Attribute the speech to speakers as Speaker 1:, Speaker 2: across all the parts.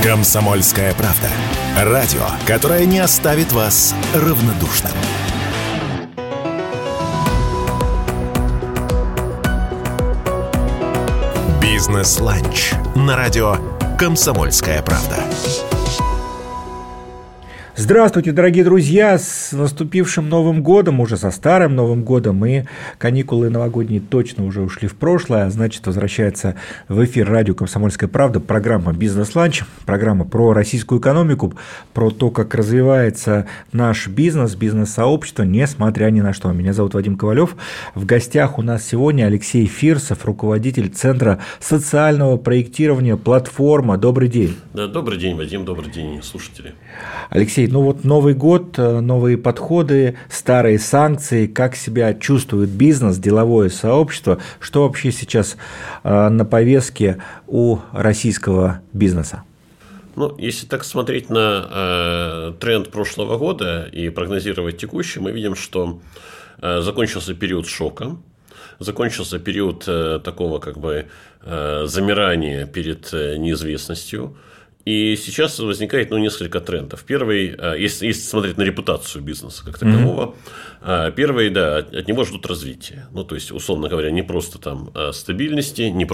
Speaker 1: «Комсомольская правда». Радио, которое не оставит вас равнодушным. «Бизнес-ланч» на радио «Комсомольская правда».
Speaker 2: Здравствуйте, дорогие друзья! С наступившим Новым годом, уже со старым Новым годом, и каникулы новогодние точно уже ушли в прошлое, а значит, возвращается в эфир радио «Комсомольская правда» программа «Бизнес-ланч», программа про российскую экономику, про то, как развивается наш бизнес, бизнес-сообщество, несмотря ни на что. Меня зовут Вадим Ковалев. В гостях у нас сегодня Алексей Фирсов, руководитель Центра социального проектирования «Платформа». Добрый день.
Speaker 3: Да, добрый день, Вадим, добрый день, слушатели.
Speaker 2: Алексей, ну вот Новый год, новые подходы, старые санкции, как себя чувствует бизнес, деловое сообщество, что вообще сейчас на повестке у российского бизнеса?
Speaker 3: Ну, если так смотреть на тренд прошлого года и прогнозировать текущий, мы видим, что закончился период шока, закончился период такого как бы замирания перед неизвестностью. И сейчас возникает несколько трендов. Первый, если смотреть на репутацию бизнеса как такового, первый, да, от него ждут развития. Ну, то есть, условно говоря, не просто там стабильности, не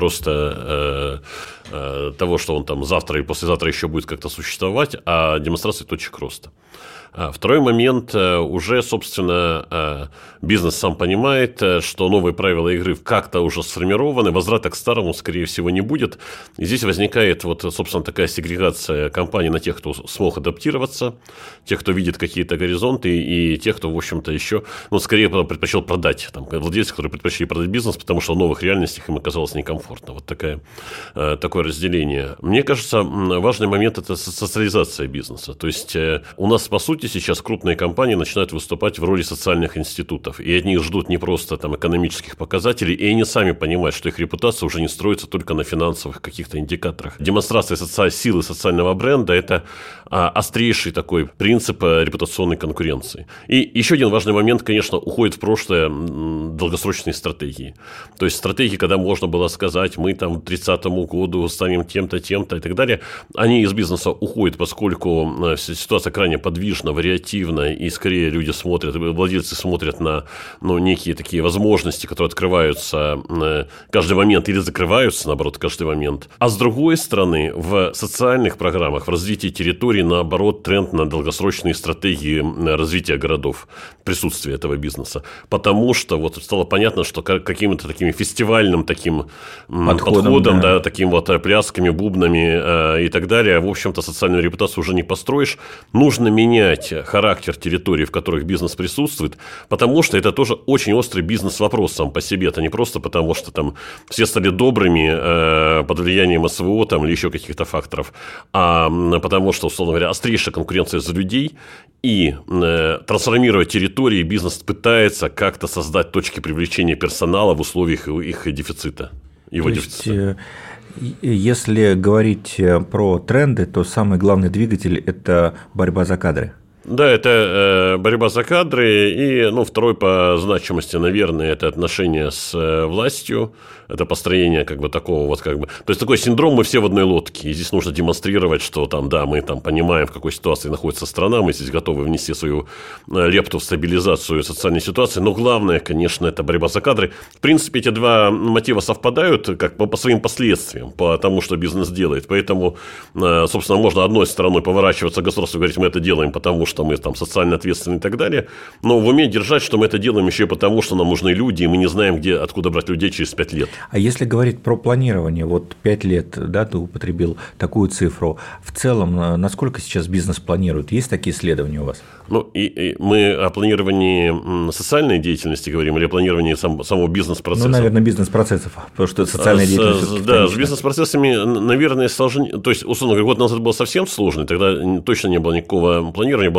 Speaker 3: просто того, что он там завтра и послезавтра еще будет как-то существовать, а демонстрации точек роста. Второй момент, уже, собственно, бизнес сам понимает, что новые правила игры как-то уже сформированы, возврата к старому, скорее всего, не будет. И здесь возникает, вот, собственно, такая сегрегация компаний на тех, кто смог адаптироваться, тех, кто видит какие-то горизонты, и тех, кто, в общем-то, еще, скорее предпочел продать. Там, владельцы, которые предпочли продать бизнес, потому что в новых реальностях им оказалось некомфортно. Вот такое разделение. Мне кажется, важный момент – это социализация бизнеса. То есть, у нас, по сути, сейчас крупные компании начинают выступать в роли социальных институтов, и от них ждут не просто там экономических показателей, и они сами понимают, что их репутация уже не строится только на финансовых каких-то индикаторах. Демонстрация силы социального бренда – это острейший такой принцип репутационной конкуренции. И еще один важный момент, конечно, уходит в прошлое долгосрочные стратегии. То есть стратегии, когда можно было сказать, мы там к 30-му году станем тем-то, тем-то и так далее, они из бизнеса уходят, поскольку ситуация крайне подвижна, вариативно, и скорее люди смотрят, владельцы смотрят на некие такие возможности, которые открываются каждый момент или закрываются, наоборот, каждый момент. А с другой стороны, в социальных программах, в развитии территорий, наоборот, тренд на долгосрочные стратегии развития городов, присутствие этого бизнеса. Потому что вот стало понятно, что каким-то таким фестивальным таким подходом, да, таким вот плясками, бубнами и так далее, в общем-то, социальную репутацию уже не построишь. Нужно менять характер территорий, в которых бизнес присутствует, потому что это тоже очень острый бизнес-вопрос сам по себе. Это не просто потому, что там все стали добрыми под влиянием СВО там, или еще каких-то факторов, а потому что, условно говоря, острейшая конкуренция за людей, и трансформируя территории, бизнес пытается как-то создать точки привлечения персонала в условиях их дефицита.
Speaker 2: Если говорить про тренды, то самый главный двигатель – это борьба за кадры.
Speaker 3: Да, это борьба за кадры, и второй по значимости, наверное, это отношения с властью, это построение как бы такого вот как бы, то есть такой синдром «мы все в одной лодке», и здесь нужно демонстрировать, что там, да, мы там понимаем, в какой ситуации находится страна, мы здесь готовы внести свою лепту в стабилизацию социальной ситуации, но главное, конечно, это борьба за кадры. В принципе, эти два мотива совпадают как по своим последствиям, по тому, что бизнес делает, поэтому, собственно, можно одной стороной поворачиваться к государству и говорить, мы это делаем, потому что мы там социально ответственны и так далее, но в уме держать, что мы это делаем еще и потому, что нам нужны люди, и мы не знаем, откуда брать людей через 5 лет.
Speaker 2: А если говорить про планирование, вот 5 лет, да, ты употребил такую цифру, в целом, насколько сейчас бизнес планирует? Есть такие исследования у вас?
Speaker 3: И мы о планировании социальной деятельности говорим или о планировании самого бизнес-процесса?
Speaker 2: Наверное, бизнес-процессов, потому что социальная деятельность…
Speaker 3: Да, с бизнес-процессами, наверное, сложнее. То есть, условно говоря, год назад было совсем сложно, тогда точно не было никакого планирования,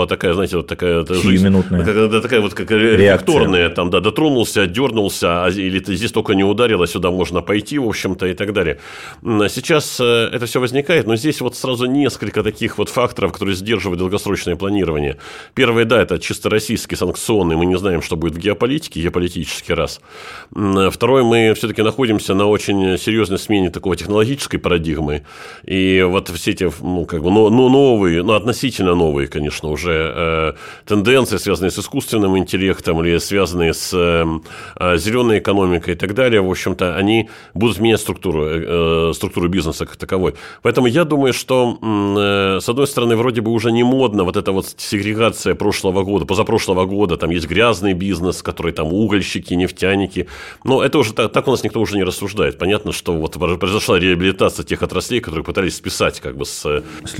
Speaker 3: была такая, знаете, вот такая
Speaker 2: жизнь,
Speaker 3: такая вот как рефлекторная, там, да, дотронулся, отдернулся, или ты здесь только не ударило, сюда можно пойти, в общем-то, и так далее. Сейчас это все возникает, но здесь вот сразу несколько таких вот факторов, которые сдерживают долгосрочное планирование. Первое, да, это чисто российский санкционный, мы не знаем, что будет в геополитике, геополитический раз. Второе, мы все-таки находимся на очень серьезной смене такого технологической парадигмы, и вот все эти, новые, относительно новые, конечно, уже тенденции, связанные с искусственным интеллектом или связанные с зеленой экономикой и так далее, в общем-то, они будут менять структуру бизнеса как таковой. Поэтому я думаю, что, с одной стороны, вроде бы уже не модно вот эта вот сегрегация прошлого года, позапрошлого года, там есть грязный бизнес, который там угольщики, нефтяники, но это уже так у нас никто уже не рассуждает. Понятно, что вот произошла реабилитация тех отраслей, которые пытались списать как бы с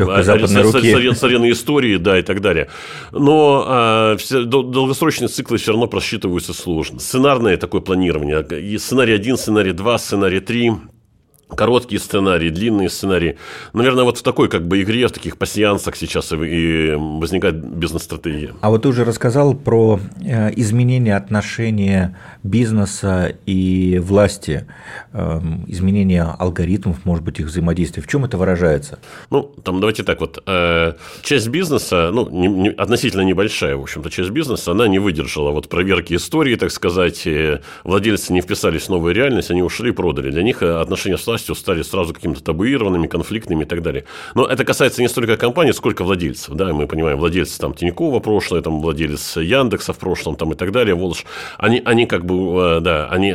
Speaker 3: арены истории, да, и так далее. Но долгосрочные циклы все равно просчитываются сложно. Сценарное такое планирование. Сценарий 1, сценарий 2, сценарий 3. Короткие сценарии, длинные сценарии. Наверное, вот в такой как бы игре, в таких пассиансах сейчас и возникает бизнес-стратегия.
Speaker 2: А вот ты уже рассказал про изменение отношения бизнеса и власти, изменение алгоритмов, может быть, их взаимодействия. В чем это выражается?
Speaker 3: Давайте так вот. Часть бизнеса, относительно небольшая, в общем-то, часть бизнеса, она не выдержала вот проверки истории, так сказать. Владельцы не вписались в новую реальность, они ушли и продали. Для них отношения с властью стали сразу какими-то табуированными, конфликтными и так далее. Но это касается не столько компаний, сколько владельцев. Да? Мы понимаем, владельцы там Тинькова прошлое, там владелец Яндекса в прошлом там, и так далее, Волж. Они как бы, да, они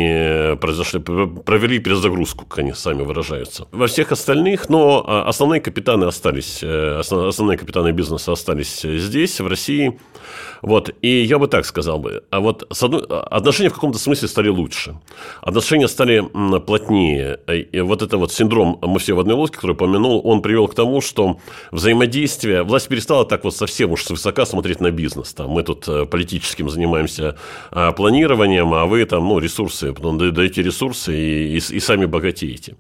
Speaker 3: провели перезагрузку, как они сами выражаются. Во всех остальных, но основные капитаны остались, основные капитаны бизнеса остались здесь, в России. Вот. И я бы так сказал бы. А вот отношения в каком-то смысле стали лучше. Отношения стали плотнее. И вот это вот синдром «мы все в одной лодке», который упомянул, он привел к тому, что взаимодействие... Власть перестала так вот совсем уж свысока смотреть на бизнес. Там, мы тут политическим занимаемся планированием, а вы там, ресурсы, потом даете ресурсы и сами богатеете.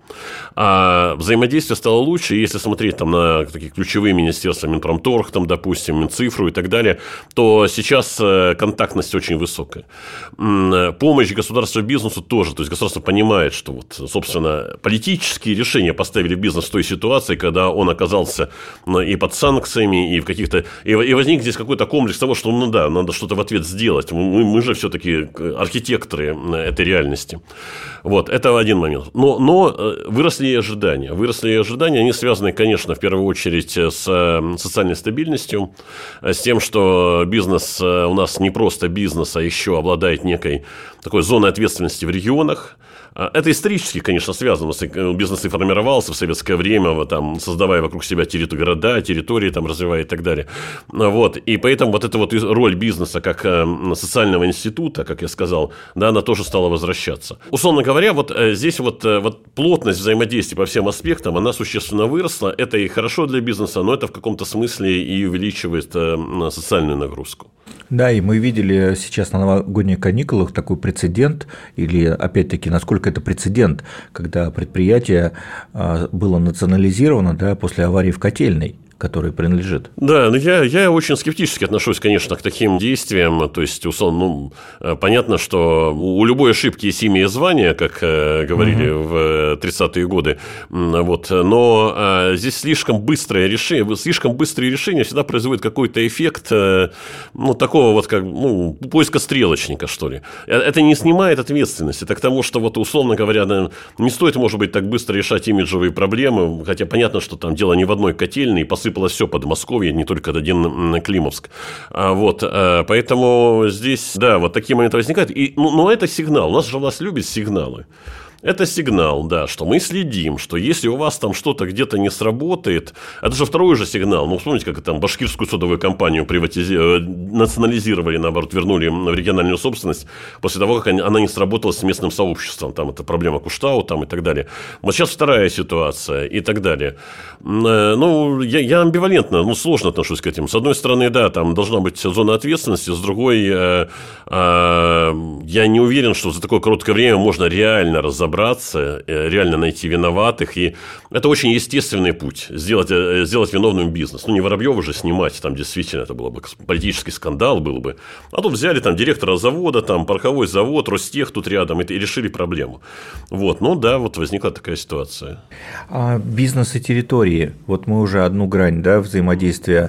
Speaker 3: А взаимодействие стало лучше. И если смотреть там на такие ключевые министерства, Минпромторг, там, допустим, Минцифру и так далее, то сейчас контактность очень высокая. Помощь государства бизнесу тоже. То есть государство понимает, что вот, собственно, политические решения поставили бизнес в той ситуации, когда он оказался и под санкциями, и в каких-то... И возник здесь какой-то комплекс того, что, надо что-то в ответ сделать. Мы же все-таки архитекторы этой реальности. Вот, это один момент. Но выросли и ожидания. Они связаны, конечно, в первую очередь с социальной стабильностью, с тем, что бизнес у нас не просто бизнес, а еще обладает некой такой зоной ответственности в регионах. Это исторически, конечно, связано. Бизнес и формировался в советское время, там, создавая вокруг себя города, территории, там, развивая и так далее. Вот. И поэтому вот эта вот роль бизнеса как социального института, как я сказал, да, она тоже стала возвращаться. Условно говоря, вот здесь вот плотность взаимодействия по всем аспектам, она существенно выросла. Это и хорошо для бизнеса, но это в каком-то смысле и увеличивает социальную нагрузку.
Speaker 2: Да, и мы видели сейчас на новогодних каникулах такой прецедент, или, опять-таки, насколько это прецедент, когда предприятие было национализировано, да, после аварии в котельной, которой принадлежит.
Speaker 3: Да, но я очень скептически отношусь, конечно, к таким действиям. То есть, условно, понятно, что у любой ошибки есть имя и звание, как говорили в 30-е годы. Вот. Но здесь слишком быстрые решения всегда производят какой-то эффект такого вот как поиска стрелочника, что ли. Это не снимает ответственности. Это к тому, что, вот, условно говоря, не стоит, может быть, так быстро решать имиджевые проблемы, хотя понятно, что там дело не в одной котельной, и посыпалось все Подмосковье, не только один Климовск. Вот, поэтому здесь, да, вот такие моменты возникают. Но это сигнал. У нас же власть любит сигналы. Это сигнал, да, что мы следим, что если у вас там что-то где-то не сработает, это же второй же сигнал. Вспомните, как там башкирскую содовую компанию национализировали, наоборот, вернули в региональную собственность после того, как она не сработала с местным сообществом. Там это проблема Куштау там, и так далее. Вот сейчас вторая ситуация и так далее. Я амбивалентно, сложно отношусь к этим. С одной стороны, да, там должна быть зона ответственности, с другой, я не уверен, что за такое короткое время можно реально разобраться разобраться, реально найти виноватых. И это очень естественный путь – сделать виновным бизнес. Ну, не Воробьева же снимать, там действительно это было бы политический скандал был бы. А тут взяли там директора завода, там пороховой завод, Ростех тут рядом, и решили проблему. Вот, ну да, вот возникла такая ситуация.
Speaker 2: А бизнес и территории, вот мы уже одну грань, да, взаимодействия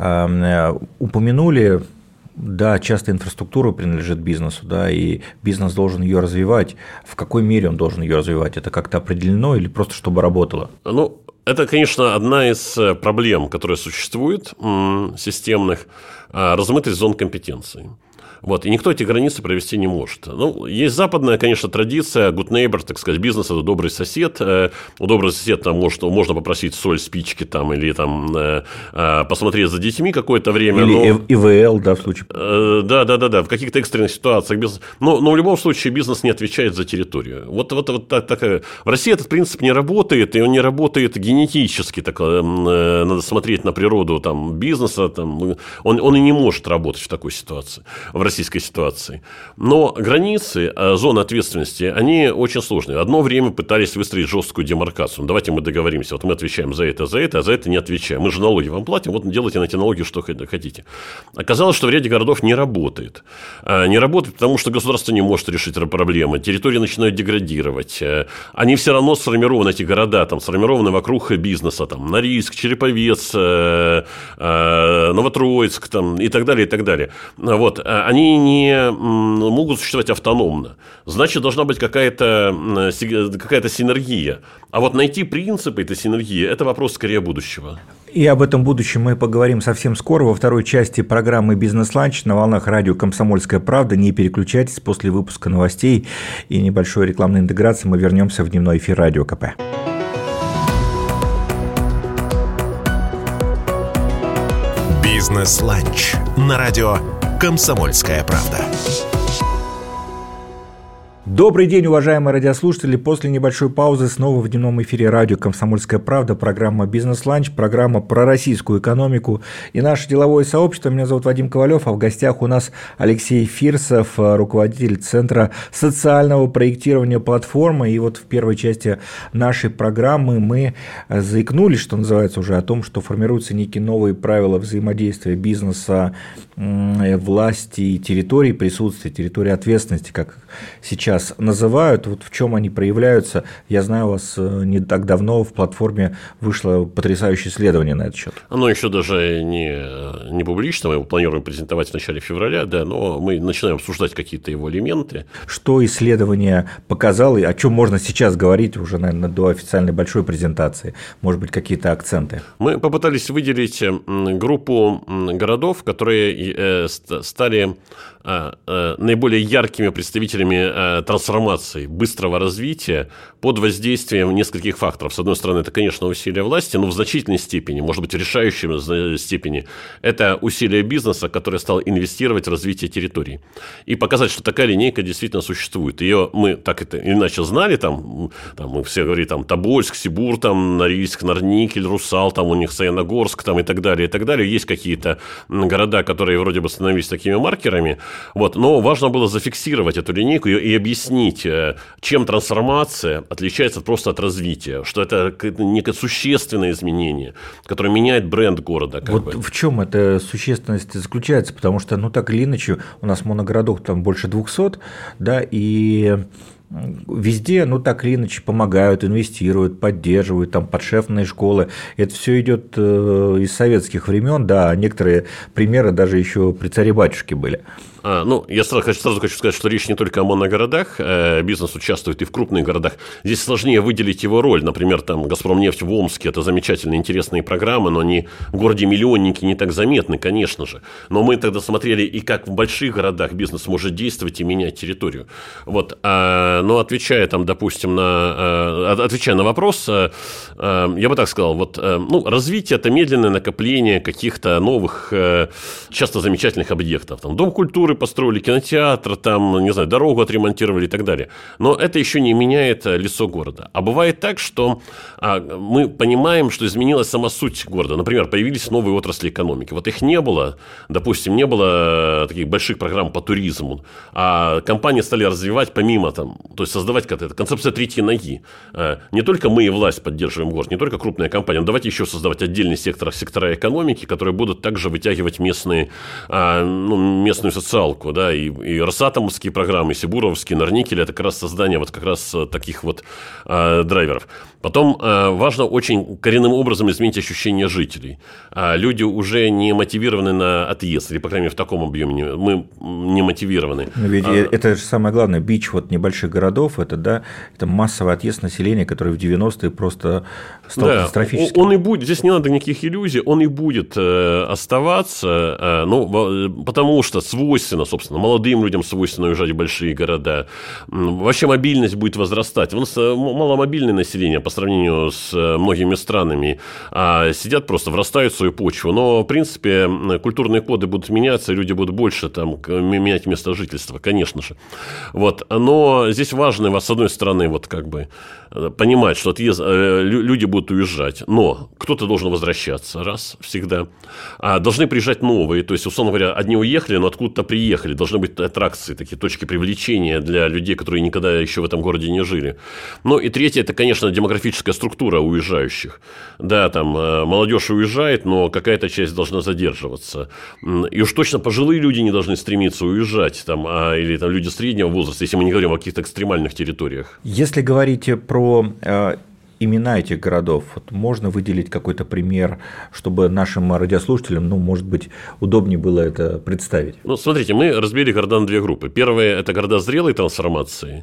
Speaker 2: упомянули. Да, часто инфраструктура принадлежит бизнесу, да, и бизнес должен ее развивать. В какой мере он должен ее развивать? Это как-то определено или просто чтобы работало?
Speaker 3: Ну, это, конечно, одна из проблем, которая существует, системных, размытость зон компетенции. Вот, и никто эти границы провести не может. Ну, есть западная, конечно, традиция, good neighbor, так сказать, бизнес – это добрый сосед. У доброго соседа там можно попросить соль, спички там, или там, посмотреть за детьми какое-то время.
Speaker 2: Или ИВЛ, да, в случае.
Speaker 3: Да, в каких-то экстренных ситуациях. Но в любом случае бизнес не отвечает за территорию. Вот такая. В России этот принцип не работает, и он не работает генетически. Так, надо смотреть на природу там, бизнеса. Там, он и не может работать в такой ситуации. В российской ситуации. Но границы, зоны ответственности, они очень сложные. Одно время пытались выстроить жесткую демаркацию. Ну, давайте мы договоримся. Вот мы отвечаем за это, а за это не отвечаем. Мы же налоги вам платим, вот делайте на эти налоги, что хотите. Оказалось, что в ряде городов не работает. Не работает, потому что государство не может решить проблемы. Территории начинают деградировать. Они все равно сформированы, эти города, там, сформированы вокруг бизнеса. Там, Норильск, Череповец, Новотроицк там, и так далее, и так далее. Вот. Они не могут существовать автономно. Значит, должна быть какая-то синергия. А вот найти принципы этой синергии – это вопрос скорее будущего.
Speaker 2: И об этом будущем мы поговорим совсем скоро во второй части программы «Бизнес-ланч» на волнах радио «Комсомольская правда». Не переключайтесь, после выпуска новостей и небольшой рекламной интеграции мы вернемся в дневной эфир Радио КП.
Speaker 1: «Бизнес-ланч» на радио «Комсомольская правда».
Speaker 2: Добрый день, уважаемые радиослушатели. После небольшой паузы снова в дневном эфире радио «Комсомольская правда», программа «Бизнес-ланч», программа про российскую экономику и наше деловое сообщество. Меня зовут Вадим Ковалев, а в гостях у нас Алексей Фирсов, руководитель Центра социального проектирования «Платформа». И вот в первой части нашей программы мы заикнулись, что называется, уже о том, что формируются некие новые правила взаимодействия бизнеса, власти и территории присутствия, территории ответственности, как сейчас называют. Вот в чем они проявляются. Я знаю, у вас не так давно в платформе вышло потрясающее исследование на этот счет.
Speaker 3: Оно еще даже не публично, мы его планируем презентовать в начале февраля, да, но мы начинаем обсуждать какие-то его элементы.
Speaker 2: Что исследование показало и о чем можно сейчас говорить уже, наверное, до официальной большой презентации? Может быть, какие-то акценты?
Speaker 3: Мы попытались выделить группу городов, которые стали наиболее яркими представителями трансформации, быстрого развития под воздействием нескольких факторов. С одной стороны, это, конечно, усилия власти, но в значительной степени, может быть, в решающей степени, это усилия бизнеса, который стал инвестировать в развитие территорий. И показать, что такая линейка действительно существует. Ее мы так это иначе знали, там мы все говорили, там, Тобольск, Сибур, там, Норильск, Норникель, Русал, там у них Саяногорск, там, и так далее, и так далее. Есть какие-то города, которые вроде бы становились такими маркерами, вот, но важно было зафиксировать эту линейку и объяснить, чем трансформация отличается просто от развития, что это некое существенное изменение, которое меняет бренд города.
Speaker 2: Вот в чем эта существенность заключается, потому что, ну, так или иначе, у нас моногородов там больше 200, да, и везде, ну, так или иначе, помогают, инвестируют, поддерживают, там, подшефные школы. Это все идет из советских времен, да, некоторые примеры даже еще при царе-батюшке были.
Speaker 3: Я сразу хочу сказать, что речь не только о моногородах, бизнес участвует и в крупных городах. Здесь сложнее выделить его роль. Например, там «Газпромнефть» в Омске – это замечательные, интересные программы, но они в городе-миллионнике не так заметны, конечно же. Но мы тогда смотрели и как в больших городах бизнес может действовать и менять территорию. Вот. Но отвечая, там, допустим, отвечая на вопрос, я бы так сказал, вот, развитие – это медленное накопление каких-то новых, часто замечательных объектов. Там, Дом культуры инфраструктуры построили, кинотеатр, там, не знаю, дорогу отремонтировали и так далее. Но это еще не меняет лицо города. А бывает так, что мы понимаем, что изменилась сама суть города. Например, появились новые отрасли экономики. Вот их не было, допустим, не было таких больших программ по туризму, а компании стали развивать помимо, то есть создавать какая-то концепция третьей ноги. Не только мы и власть поддерживаем город, не только крупная компания, но давайте еще создавать отдельный сектора экономики, которые будут также вытягивать местную социалку, да, и Росатомовские программы, и Сибуровские, Норникель, это как раз создание вот как раз таких вот драйверов. Потом важно очень коренным образом изменить ощущение жителей. Люди уже не мотивированы на отъезд, или, по крайней мере, в таком объеме мы не мотивированы.
Speaker 2: Но ведь это же самое главное, бич вот небольших городов, это массовый отъезд населения, который в 90-е просто стал катастрофическим.
Speaker 3: Он и будет, здесь не надо никаких иллюзий, он и будет оставаться, потому что свойственно, собственно, молодым людям свойственно уезжать в большие города. Вообще мобильность будет возрастать. У нас маломобильное население по сравнению с многими странами, сидят просто, врастают в свою почву. Но, в принципе, культурные коды будут меняться, и люди будут больше менять место жительства, конечно же. Вот. Но здесь важно, с одной стороны, понимать, что люди будут уезжать, но кто-то должен возвращаться, всегда. Должны приезжать новые, то есть, условно говоря, одни уехали, но откуда-то приехали. Должны быть аттракции, такие точки привлечения для людей, которые никогда еще в этом городе не жили. Ну и третье, это, конечно, демографическая структура уезжающих. Да, молодежь уезжает, но какая-то часть должна задерживаться. И уж точно пожилые люди не должны стремиться уезжать, или люди среднего возраста, если мы не говорим о каких-то экстремальных территориях.
Speaker 2: Если говорить про имена этих городов, можно выделить какой-то пример, чтобы нашим радиослушателям, может быть, удобнее было это представить?
Speaker 3: Смотрите, мы разбили города на две группы. Первые – это города зрелой трансформации,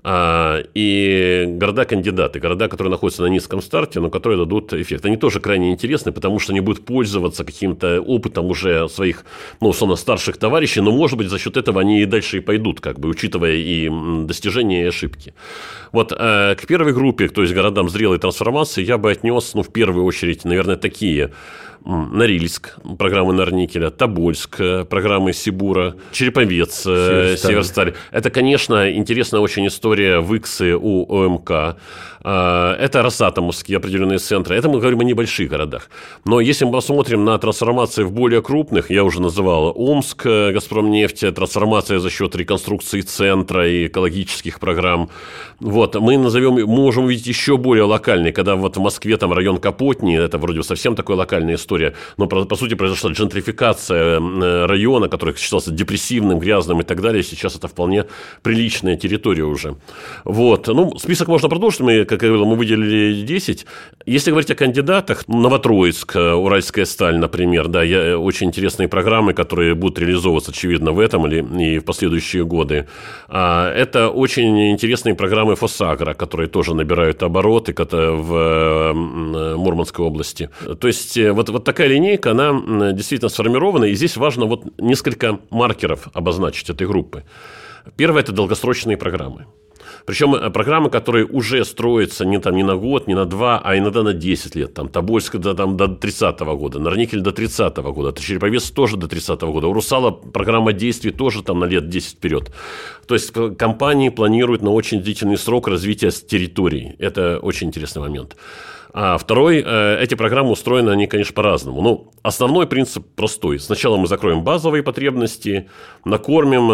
Speaker 3: и города-кандидаты, города, которые находятся на низком старте, но которые дадут эффект. Они тоже крайне интересны, потому что они будут пользоваться каким-то опытом уже своих, условно, старших товарищей, но, может быть, за счет этого они и дальше и пойдут, учитывая и достижения, и ошибки. К первой группе, то есть городам зрелой трансформации, я бы отнес, в первую очередь, наверное, такие: Норильск, программы Норникеля, Тобольск, программы Сибура, Череповец, Северсталь. Это, конечно, интересная очень история ВИКСы у ОМК. Это Росатомовские определенные центры. Это мы говорим о небольших городах. Но если мы посмотрим на трансформации в более крупных, я уже называл Омск, Газпромнефть, трансформация за счет реконструкции центра и экологических программ. Мы можем увидеть еще более локальные, когда в Москве район Капотни, это вроде бы совсем такая локальная история, но по сути произошла джентрификация района, который считался депрессивным, грязным и так далее. Сейчас это вполне приличная территория уже. Список можно продолжить, как я говорил, мы выделили 10. Если говорить о кандидатах, Новотроицк, Уральская сталь, например, очень интересные программы, которые будут реализовываться, очевидно, в этом и в последующие годы. Это очень интересные программы Фосагро, которые тоже набирают обороты в Мурманской области. То есть, вот такая линейка, она действительно сформирована, и здесь важно несколько маркеров обозначить этой группы. Первое – это долгосрочные программы. Причем программы, которые уже строятся не на год, не на 2, а иногда на 10 лет. Тобольск до 30-го года, Норникель до 30-го года, Череповец тоже до 30-го года. У Русала программа действий тоже на лет 10 вперед. То есть компании планируют на очень длительный срок развития территорий. Это очень интересный момент. А второй, эти программы устроены, они, конечно, по-разному. Основной принцип простой. Сначала мы закроем базовые потребности, накормим,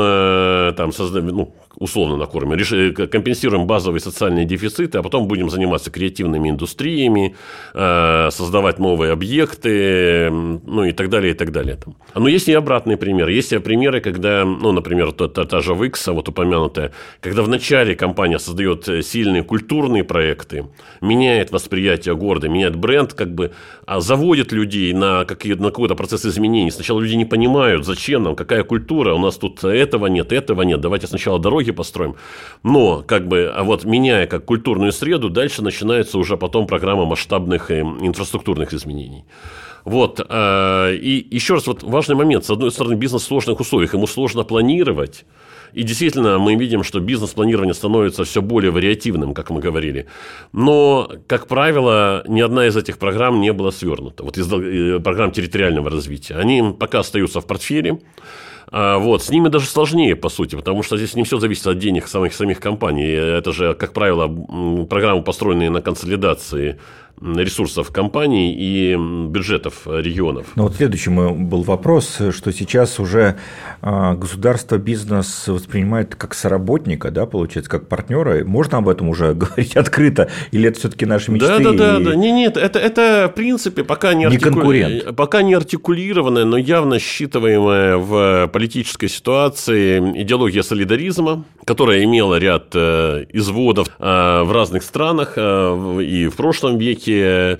Speaker 3: условно накормим, компенсируем базовые социальные дефициты, а потом будем заниматься креативными индустриями, создавать новые объекты, и так далее, и так далее. Но есть и обратный пример. Есть и примеры, когда, например, та же ВИКСа, упомянутая, когда вначале компания создает сильные культурные проекты, меняет восприятие города, меняет бренд, заводит людей на какой-то процесс изменений. Сначала люди не понимают, зачем нам, какая культура, у нас тут этого нет, давайте сначала дороги построим. Но, меняя культурную среду, дальше начинается уже потом программа масштабных инфраструктурных изменений. И еще раз, важный момент. С одной стороны, бизнес в сложных условиях, ему сложно планировать. И действительно, мы видим, что бизнес-планирование становится все более вариативным, как мы говорили. Но, как правило, ни одна из этих программ не была свернута. Из программ территориального развития. Они пока остаются в портфеле. Вот, с ними даже сложнее, по сути, потому что здесь не все зависит от денег самих компаний. Это же, как правило, программы, построенные на консолидации ресурсов компаний и бюджетов регионов.
Speaker 2: Ну вот следующий был вопрос, что сейчас уже государство бизнес воспринимает как соработника, да, получается, как партнера. Можно об этом уже говорить открыто, или это все-таки наши мечты?
Speaker 3: Да. Нет, это в принципе пока не артикулированная, но явно считываемая в политической ситуации идеология солидаризма, которая имела ряд изводов в разных странах и в прошлом веке, и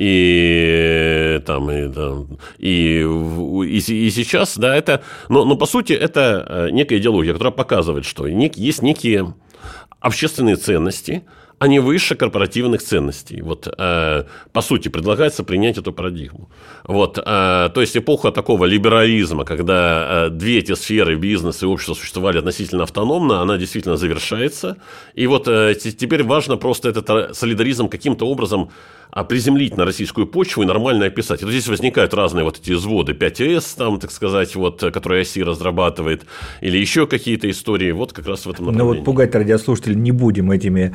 Speaker 3: сейчас, да, это, но по сути это некая идеология, которая показывает, что есть некие общественные ценности, они выше корпоративных ценностей. Вот, по сути, предлагается принять эту парадигму. Вот, то есть эпоха такого либерализма, когда две эти сферы, бизнес и общество, существовали относительно автономно, она действительно завершается. И вот теперь важно просто этот солидаризм каким-то образом приземлить на российскую почву и нормально описать. И вот здесь возникают разные вот эти изводы 5С, там, так сказать, вот, которые ОСИ разрабатывает, или еще какие-то истории, вот как раз в этом направлении.
Speaker 2: Ну вот пугать радиослушателей не будем этими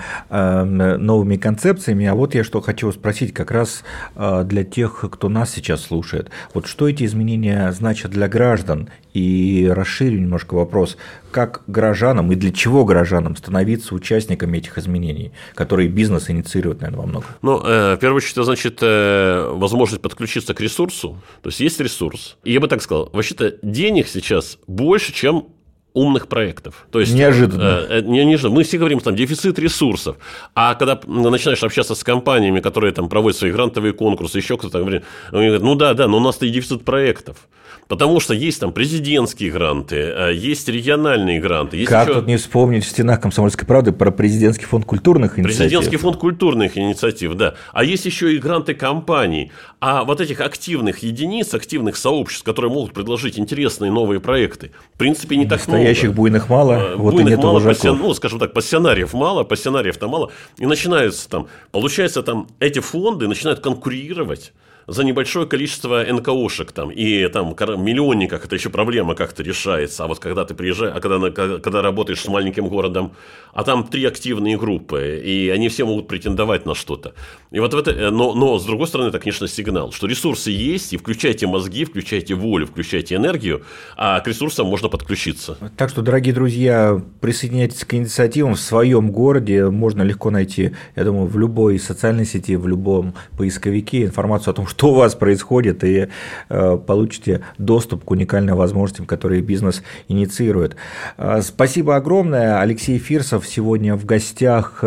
Speaker 2: новыми концепциями, а вот я что хочу спросить как раз для тех, кто нас сейчас слушает. Вот что эти изменения значат для граждан? И расширю немножко вопрос, как гражданам и для чего гражданам становиться участниками этих изменений, которые бизнес инициирует, наверное, во многом?
Speaker 3: Ну, в первую очередь, это значит возможность подключиться к ресурсу. То есть есть ресурс. И я бы так сказал, вообще-то денег сейчас больше, чем умных проектов. То есть, неожиданно. Мы все говорим, там, дефицит ресурсов. А когда начинаешь общаться с компаниями, которые там проводят свои грантовые конкурсы, еще кто-то говорит, ну да, но у нас-то и дефицит проектов. Потому что есть там президентские гранты, есть региональные гранты. Есть
Speaker 2: как тут не вспомнить в стенах «Комсомольской правды» про президентский фонд культурных инициатив?
Speaker 3: Президентский фонд культурных инициатив, да. А есть еще и гранты компаний. А вот этих активных единиц, активных сообществ, которые могут предложить интересные новые проекты, в принципе, не так много.
Speaker 2: Настоящих буйных мало, вот и нету вожаков.
Speaker 3: Скажем так, пассионариев-то мало. И начинаются там, получается, там эти фонды начинают конкурировать за небольшое количество НКОшек там, и там в миллионниках это еще проблема как-то решается. А вот когда ты приезжаешь, когда работаешь с маленьким городом, а там 3 активные группы, и они все могут претендовать на что-то. И вот но с другой стороны, это, конечно, сигнал, что ресурсы есть, и включайте мозги, включайте волю, включайте энергию, а к ресурсам можно подключиться.
Speaker 2: Так что, дорогие друзья, присоединяйтесь к инициативам в своем городе, можно легко найти, я думаю, в любой социальной сети, в любом поисковике информацию о том, что у вас происходит, и получите доступ к уникальным возможностям, которые бизнес инициирует. Спасибо огромное. Алексей Фирсов сегодня в гостях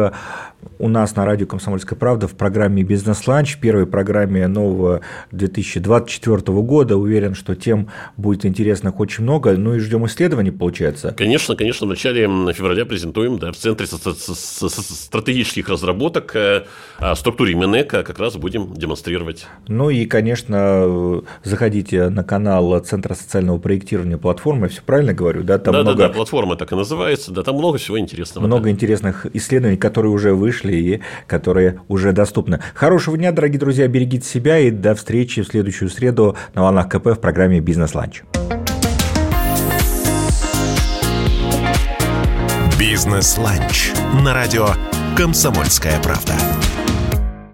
Speaker 2: у нас на радио «Комсомольская правда» в программе «Бизнес-ланч», первой программе нового 2024 года. Уверен, что тем будет интересных очень много. Ну и ждем исследований, получается.
Speaker 3: Конечно, в начале февраля презентуем, да, в Центре стратегических разработок структуре Минэко как раз будем демонстрировать.
Speaker 2: Ну и, конечно, заходите на канал Центра социального проектирования платформы, я все правильно говорю? Да,
Speaker 3: да, платформа так и называется, да, там много всего интересного.
Speaker 2: Много интересных исследований, которые уже вышли и которые уже доступны. Хорошего дня, дорогие друзья, берегите себя и до встречи в следующую среду на волнах КП в программе «Бизнес-ланч».
Speaker 1: «Бизнес-ланч» на радио «Комсомольская правда».